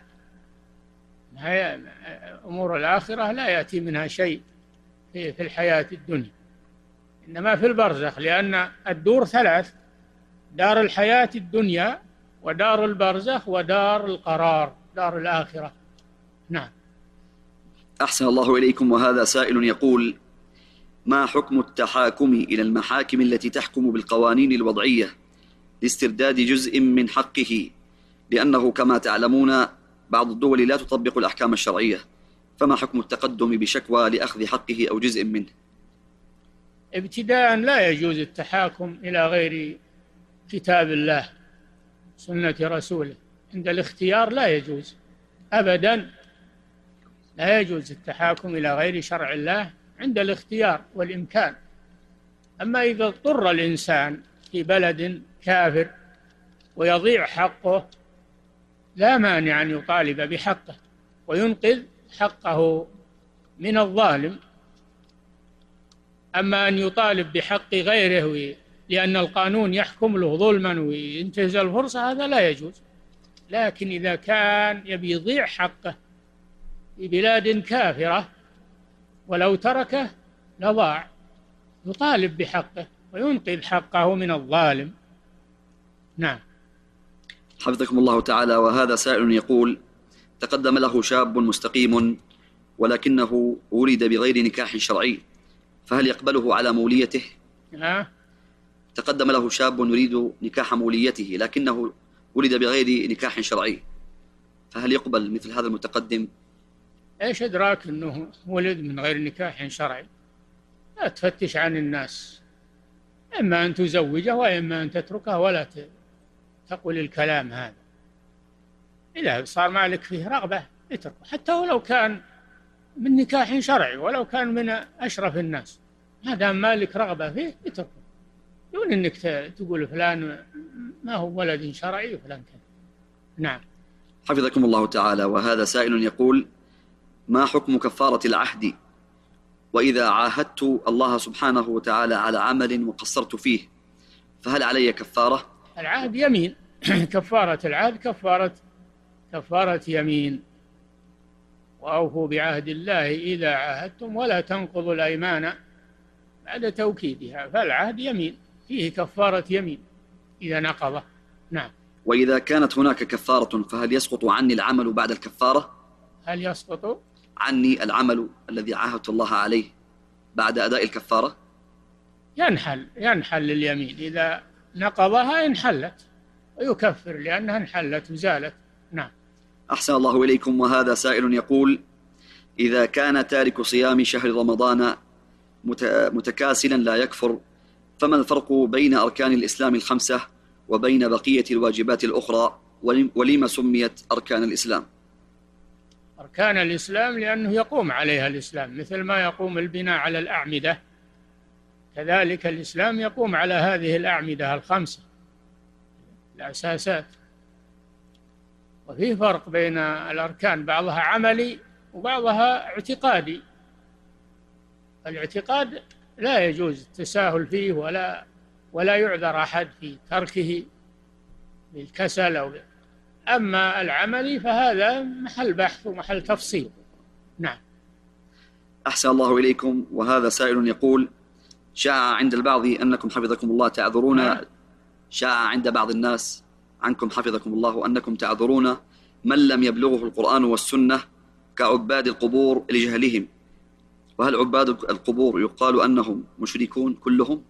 أمور الآخرة لا يأتي منها شيء في الحياة الدنيا، إنما في البرزخ، لأن الدور ثلاث: دار الحياة الدنيا، ودار البرزخ، ودار القرار، دار الآخرة. نعم. أحسن الله إليكم. وهذا سائل يقول: ما حكم التحاكم إلى المحاكم التي تحكم بالقوانين الوضعية لاسترداد جزء من حقه، لأنه كما تعلمون بعض الدول لا تطبق الأحكام الشرعية، فما حكم التقدم بشكوى لأخذ حقه أو جزء منه؟ ابتداء لا يجوز التحاكم إلى غير كتاب الله سنة رسوله. عند الاختيار لا يجوز أبدا، لا يجوز التحاكم إلى غير شرع الله عند الاختيار والإمكان. أما إذا اضطر الإنسان في بلد كافر ويضيع حقه لا مانع أن يطالب بحقه وينقذ حقه من الظالم. أما أن يطالب بحق غيره لأن القانون يحكم له ظلما وينتهز الفرصة، هذا لا يجوز. لكن إذا كان يبي يضيع حقه في بلاد كافرة ولو تركه لضاع، يطالب بحقه وينقذ حقه من الظالم. نعم. حفظكم الله تعالى. وهذا سائل يقول: تقدم له شاب مستقيم ولكنه ولد بغير نكاح شرعي، فهل يقبله على موليته؟ تقدم له شاب يريد نكاح موليته لكنه ولد بغير نكاح شرعي، فهل يقبل مثل هذا المتقدم؟ ايش ادراك انه ولد من غير نكاح شرعي؟ لا تفتش عن الناس، اما ان تزوجه واما ان تتركه، ولا تقول الكلام هذا. اذا صار مالك فيه رغبه اتركه، حتى ولو كان من نكاح شرعي، ولو كان من اشرف الناس، ما دام مالك رغبه فيه اتركه، دون انك تقول فلان ما هو ولد شرعي وفلان كذا. نعم. حفظكم الله تعالى. وهذا سائل يقول: ما حكم كفارة العهد وإذا عاهدت الله سبحانه وتعالى على عمل وقصرت فيه، فهل علي كفارة؟ العهد يمين. كفارة العهد كفارة يمين. وأوفوا بعهد الله إذا عاهدتم ولا تنقضوا الأيمان بعد توكيدها، فالعهد يمين، فيه كفارة يمين إذا نقضه. نعم. وإذا كانت هناك كفارة فهل يسقط عني العمل بعد الكفارة؟ هل يسقط عني العمل الذي عاهدت الله عليه بعد أداء الكفارة؟ ينحل اليمين، إذا نقضها انحلت ويكفر لأنها انحلت وزالت. نعم. أحسن الله إليكم. وهذا سائل يقول: إذا كان تارك صيام شهر رمضان متكاسلا لا يكفر، فما الفرق بين أركان الإسلام الخمسة وبين بقية الواجبات الأخرى، ولما سميت أركان الإسلام؟ أركان الإسلام لأنه يقوم عليها الإسلام، مثل ما يقوم البناء على الأعمدة، كذلك الإسلام يقوم على هذه الأعمدة الخمسة الأساسات. وفي فرق بين الأركان، بعضها عملي وبعضها اعتقادي. الاعتقاد لا يجوز التساهل فيه ولا يعذر أحد في تركه بالكسل أما العملي فهذا محل بحث ومحل تفصيل. نعم. أحسن الله إليكم. وهذا سائل يقول: شاع عند البعض أنكم حفظكم الله تعذرون شاع عند بعض الناس عنكم حفظكم الله أنكم تعذرون من لم يبلغه القرآن والسنة كعباد القبور لجهلهم، وهل عباد القبور يقال أنهم مشركون كلهم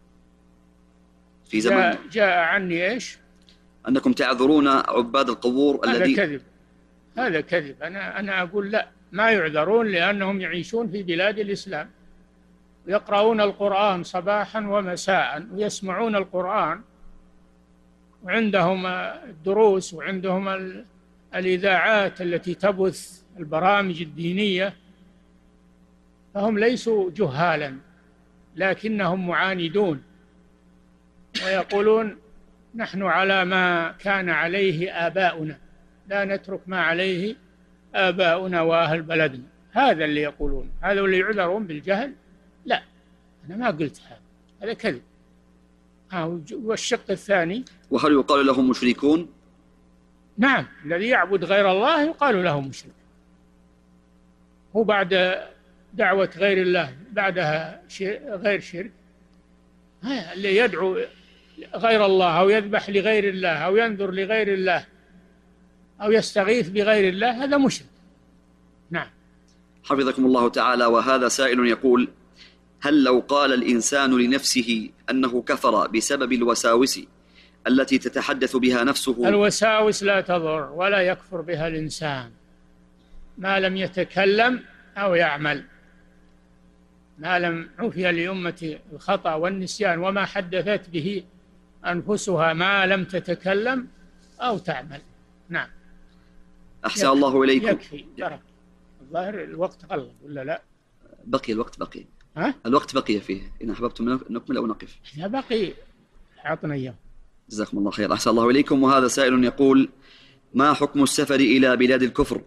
في زمن؟ جاء عني إيش؟ أنكم تعذرون عباد القبور الذي هذا كذب. أنا أقول لا، ما يعذرون، لأنهم يعيشون في بلاد الإسلام ويقرؤون القرآن صباحا ومساء ويسمعون القرآن، وعندهم الدروس وعندهم الإذاعات التي تبث البرامج الدينية، فهم ليسوا جهالا، لكنهم معاندون ويقولون نحن على ما كان عليه آباؤنا، لا نترك ما عليه آباؤنا وأهل بلدنا. هذا اللي يقولون، هذا اللي يعذرون بالجهل. لا، أنا ما قلت هذا كذب. والشق الثاني: وهل يقال لهم مشركون؟ نعم، الذي يعبد غير الله يقال له مشرك. هو بعد دعوة غير الله بعدها غير شرك. اللي يدعو غير الله أو يذبح لغير الله أو ينذر لغير الله أو يستغيث بغير الله هذا مشرك. نعم. حفظكم الله تعالى. وهذا سائل يقول: هل لو قال الإنسان لنفسه أنه كفر بسبب الوساوس التي تتحدث بها نفسه؟ الوساوس لا تضر ولا يكفر بها الإنسان ما لم يتكلم أو يعمل، ما لم عفي لأمة الخطأ والنسيان وما حدثت به أنفسها ما لم تتكلم أو تعمل. نعم. أحسن الله إليكم. يكفي. الظاهر الوقت قل ولا لا؟ بقي الوقت، بقي الوقت بقي فيه، إن أحببتم نكمل أو نقف؟ إذا بقي أعطنا إياه. جزاكم الله خير. أحسن الله إليكم. وهذا سائل يقول: ما حكم السفر إلى بلاد الكفر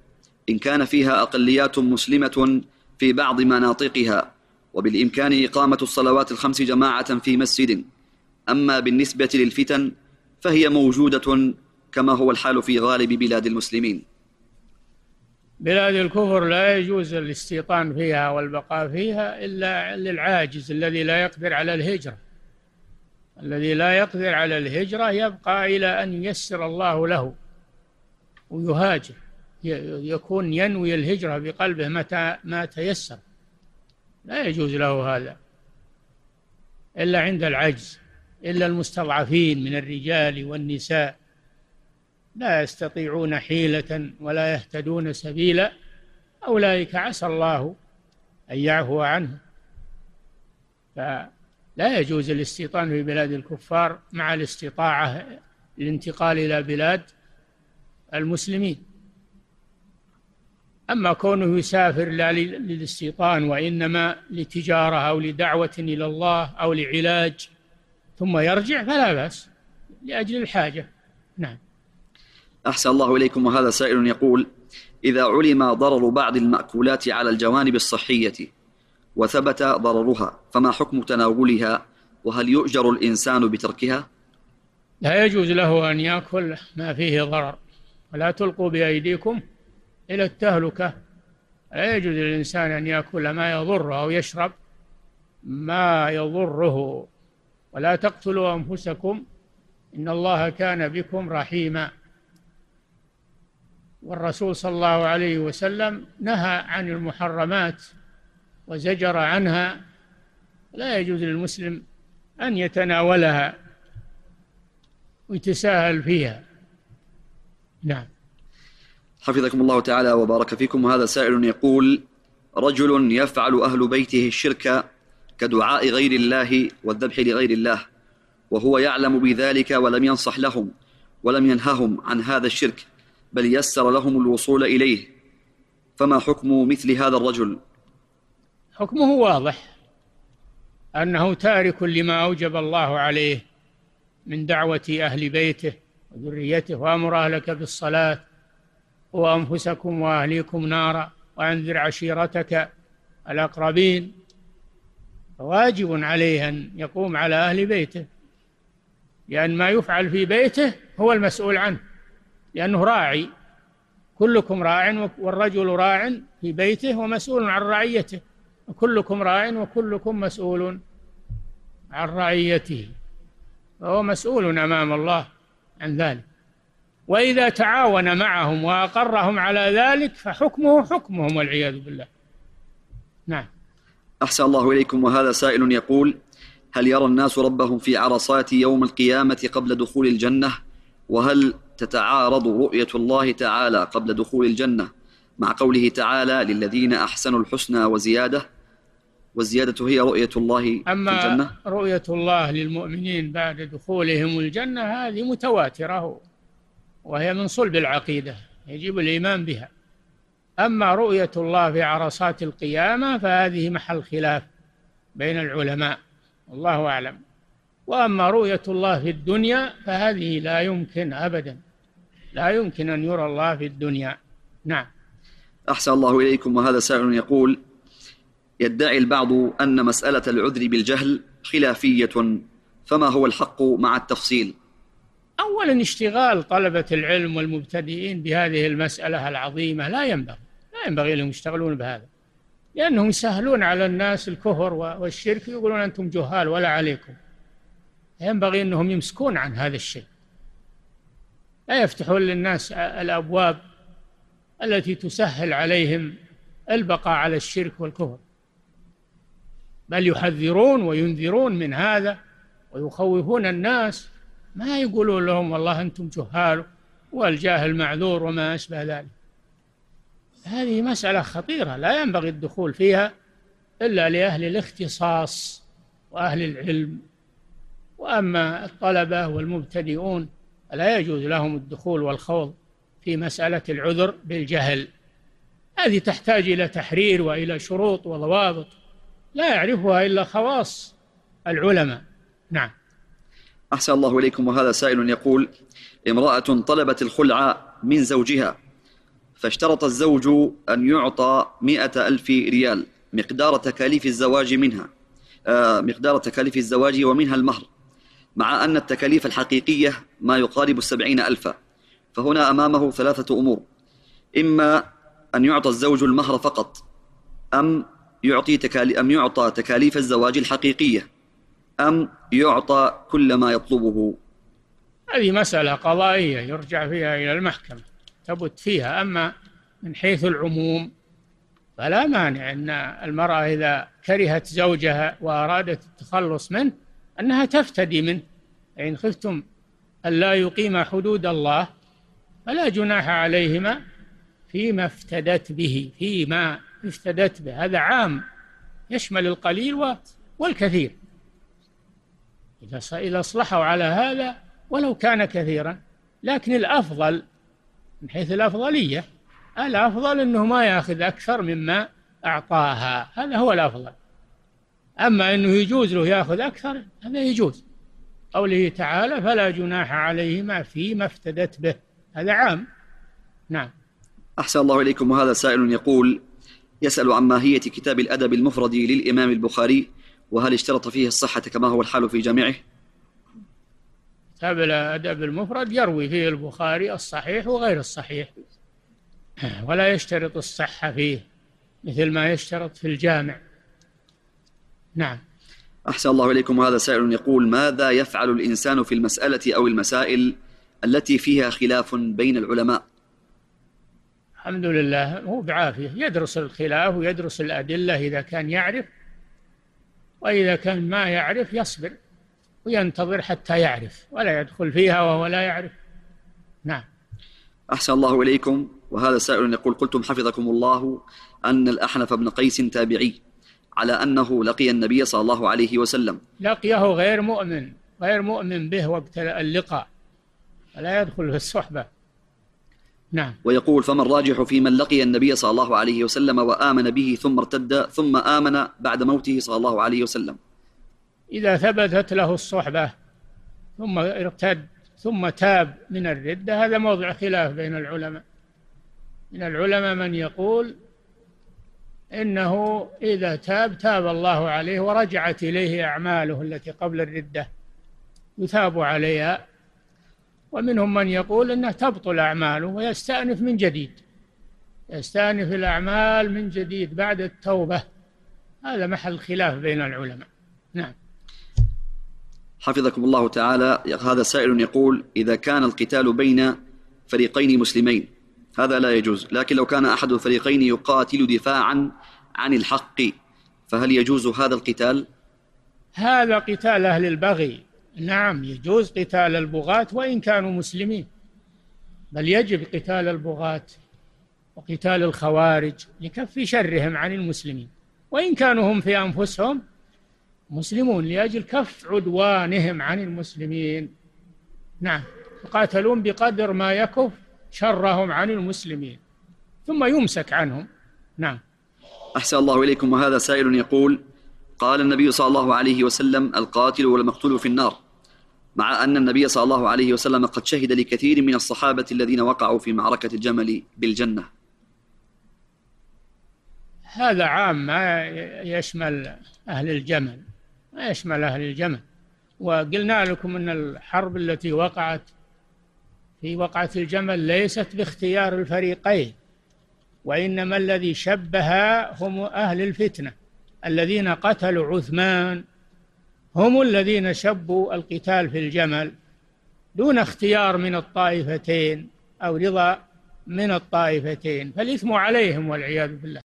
إن كان فيها أقليات مسلمة في بعض مناطقها، وبالإمكان إقامة الصلوات الخمس جماعة في مسجد. أما بالنسبة للفتن فهي موجودة كما هو الحال في غالب بلاد المسلمين. بلاد الكفر لا يجوز الاستيطان فيها والبقاء فيها إلا للعاجز الذي لا يقدر على الهجرة. الذي لا يقدر على الهجرة يبقى إلى أن ييسر الله له ويهاجر، يكون ينوي الهجرة بقلبه متى ما تيسر. لا يجوز له هذا إلا عند العجز، إلا المستضعفين من الرجال والنساء لا يستطيعون حيلة ولا يهتدون سبيلا، أولئك عسى الله أن يعفو عنه. فلا يجوز الاستيطان في بلاد الكفار مع الاستطاعة الانتقال إلى بلاد المسلمين. أما كونه يسافر لا للاستيطان وإنما لتجارة أو لدعوة إلى الله أو لعلاج ثم يرجع فلا بأس لأجل الحاجة. نعم. أحسن الله إليكم. وهذا سائل يقول: إذا علم ضرر بعض المأكولات على الجوانب الصحية وثبت ضررها فما حكم تناولها، وهل يؤجر الإنسان بتركها؟ لا يجوز له أن يأكل ما فيه ضرر، ولا تلقوا بأيديكم إلى التهلكة. لا يجوز للإنسان أن يأكل ما يضره أو يشرب ما يضره. ولا تقتلوا أنفسكم إن الله كان بكم رحيما. والرسول صلى الله عليه وسلم نهى عن المحرمات وزجر عنها. لا يجوز للمسلم أن يتناولها ويتساهل فيها. نعم. حفظكم الله تعالى وبارك فيكم. وهذا سائل يقول: رجل يفعل أهل بيته الشرك كدعاء غير الله والذبح لغير الله، وهو يعلم بذلك ولم ينصح لهم ولم ينههم عن هذا الشرك، بل يسر لهم الوصول إليه، فما حكم مثل هذا الرجل؟ حكمه واضح، أنه تارك لما أوجب الله عليه من دعوة أهل بيته وذريته. وأمر أهلك بالصلاة وأنفسكم وأهليكم نارا وأنذر عشيرتك الأقربين. واجب عليه أن يقوم على أهل بيته، لأن ما يفعل في بيته هو المسؤول عنه، لأنه راعي. كلكم راع والرجل راع في بيته ومسؤول عن رعيته، وكلكم راع وكلكم مسؤول عن رعيته، فهو مسؤول أمام الله عن ذلك. وإذا تعاون معهم وأقرهم على ذلك فحكمه حكمهم والعياذ بالله. نعم. أحسن الله إليكم. وهذا سائل يقول: هل يرى الناس ربهم في عرصات يوم القيامة قبل دخول الجنة؟ وهل تتعارض رؤية الله تعالى قبل دخول الجنة مع قوله تعالى: للذين أحسنوا الحسنى وزيادة، والزيادة هي رؤية الله في الجنة؟ أما رؤية الله للمؤمنين بعد دخولهم الجنة هذه متواترة، وهي من صلب العقيدة يجب الإيمان بها. أما رؤية الله في عرصات القيامة فهذه محل خلاف بين العلماء، والله أعلم. وأما رؤية الله في الدنيا فهذه لا يمكن أبدا، لا يمكن أن يرى الله في الدنيا. نعم. أحسن الله إليكم. وهذا سائل يقول: يدعي البعض أن مسألة العذر بالجهل خلافية، فما هو الحق مع التفصيل؟ أولا اشتغال طلبة العلم والمبتدئين بهذه المسألة العظيمة لا ينبغي لهم يشتغلون بهذا، لأنهم يسهلون على الناس الكفر والشرك، يقولون أنتم جهال ولا عليكم. ينبغي أنهم يمسكون عن هذا الشيء، لا يفتحون للناس الأبواب التي تسهل عليهم البقاء على الشرك والكفر، بل يحذرون وينذرون من هذا ويخوفون الناس، ما يقولون لهم والله أنتم جهال والجاهل معذور وما أشبه ذلك. هذه مسألة خطيرة لا ينبغي الدخول فيها إلا لأهل الاختصاص وأهل العلم. وأما الطلبة والمبتدئون لا يجوز لهم الدخول والخوض في مسألة العذر بالجهل، هذه تحتاج إلى تحرير وإلى شروط وضوابط لا يعرفها إلا خواص العلماء. نعم. أحسن الله إليكم. وهذا سائل يقول: امرأة طلبت الخلع من زوجها فاشترط الزوج أن يعطى 100,000 ريال مقدار تكاليف الزواج منها، مقدار تكاليف الزواج ومنها المهر، مع أن التكاليف الحقيقية ما يقارب 70,000. فهنا أمامه ثلاثة أمور: إما أن يعطى الزوج المهر فقط، أم يعطى تكاليف الزواج الحقيقية، أم يعطى كل ما يطلبه. هذه مسألة قضائية يرجع فيها إلى المحكمة تبت فيها. أما من حيث العموم فلا مانع أن المرأة إذا كرهت زوجها وأرادت التخلص منه أنها تفتدي منه. إن خفتم ألا يقيم حدود الله فلا جناح عليهما فيما افتدت به. هذا عام يشمل القليل والكثير. إذا أصلحوا على هذا ولو كان كثيرا. لكن الأفضل من حيث الأفضلية، الأفضل أنه ما يأخذ أكثر مما أعطاها، هذا هو الأفضل. أما أنه يجوز له يأخذ أكثر هذا يجوز. قوله تعالى: فلا جناح عليهما فيما افتدت به، هذا عام. نعم. أحسن الله إليكم. وهذا سائل يسأل عن ماهية كتاب الأدب المفرد للإمام البخاري، وهل اشترط فيه الصحة كما هو الحال في جامعه؟ كتاب الأدب المفرد يروي فيه البخاري الصحيح وغير الصحيح، ولا يشترط الصحة فيه مثل ما يشترط في الجامع. نعم. أحسن الله إليكم. وهذا سائل يقول: ماذا يفعل الإنسان في المسألة أو المسائل التي فيها خلاف بين العلماء؟ الحمد لله هو بعافية، يدرس الخلاف ويدرس الأدلة إذا كان يعرف، وإذا كان ما يعرف يصبر وينتظر حتى يعرف، ولا يدخل فيها وهو لا يعرف. نعم. أحسن الله إليكم. وهذا سائل يقول: قلتم حفظكم الله أن الأحنف بن قيس تابعي، على أنه لقي النبي صلى الله عليه وسلم. لقيه غير مؤمن به وقت اللقاء، ولا يدخل في الصحبة. نعم. ويقول: فما الراجح في من لقي النبي صلى الله عليه وسلم وآمن به ثم ارتد ثم آمن بعد موته صلى الله عليه وسلم؟ إذا ثبتت له الصحبة ثم ارتد ثم تاب من الردة هذا موضع خلاف بين العلماء. من العلماء من يقول إنه إذا تاب الله عليه ورجعت إليه أعماله التي قبل الردة يثاب عليها، ومنهم من يقول إنه تبطل أعماله ويستأنف من جديد، يستأنف الأعمال من جديد بعد التوبة. هذا محل خلاف بين العلماء. نعم. حفظكم الله تعالى. هذا سائل يقول: إذا كان القتال بين فريقين مسلمين هذا لا يجوز، لكن لو كان أحد الفريقين يقاتل دفاعا عن الحق فهل يجوز هذا القتال؟ هذا قتال أهل البغي. نعم يجوز قتال البغاة وإن كانوا مسلمين، بل يجب قتال البغاة وقتال الخوارج لكف شرهم عن المسلمين، وإن كانوا هم في أنفسهم مسلمون، لأجل كف عدوانهم عن المسلمين. نعم. يقاتلون بقدر ما يكف شرهم عن المسلمين ثم يمسك عنهم. نعم. أحسن الله إليكم. وهذا سائل يقول: قال النبي صلى الله عليه وسلم: القاتل والمقتول في النار، مع أن النبي صلى الله عليه وسلم قد شهد لكثير من الصحابة الذين وقعوا في معركة الجمل بالجنة. هذا عام ما يشمل أهل الجمل، ما يشمل أهل الجمل. وقلنا لكم أن الحرب التي وقعت في وقعة الجمل ليست باختيار الفريقين، وإنما الذي شبها هم أهل الفتنة الذين قتلوا عثمان، هم الذين شبوا القتال في الجمل دون اختيار من الطائفتين أو رضا من الطائفتين، فالإثم عليهم والعياذ بالله.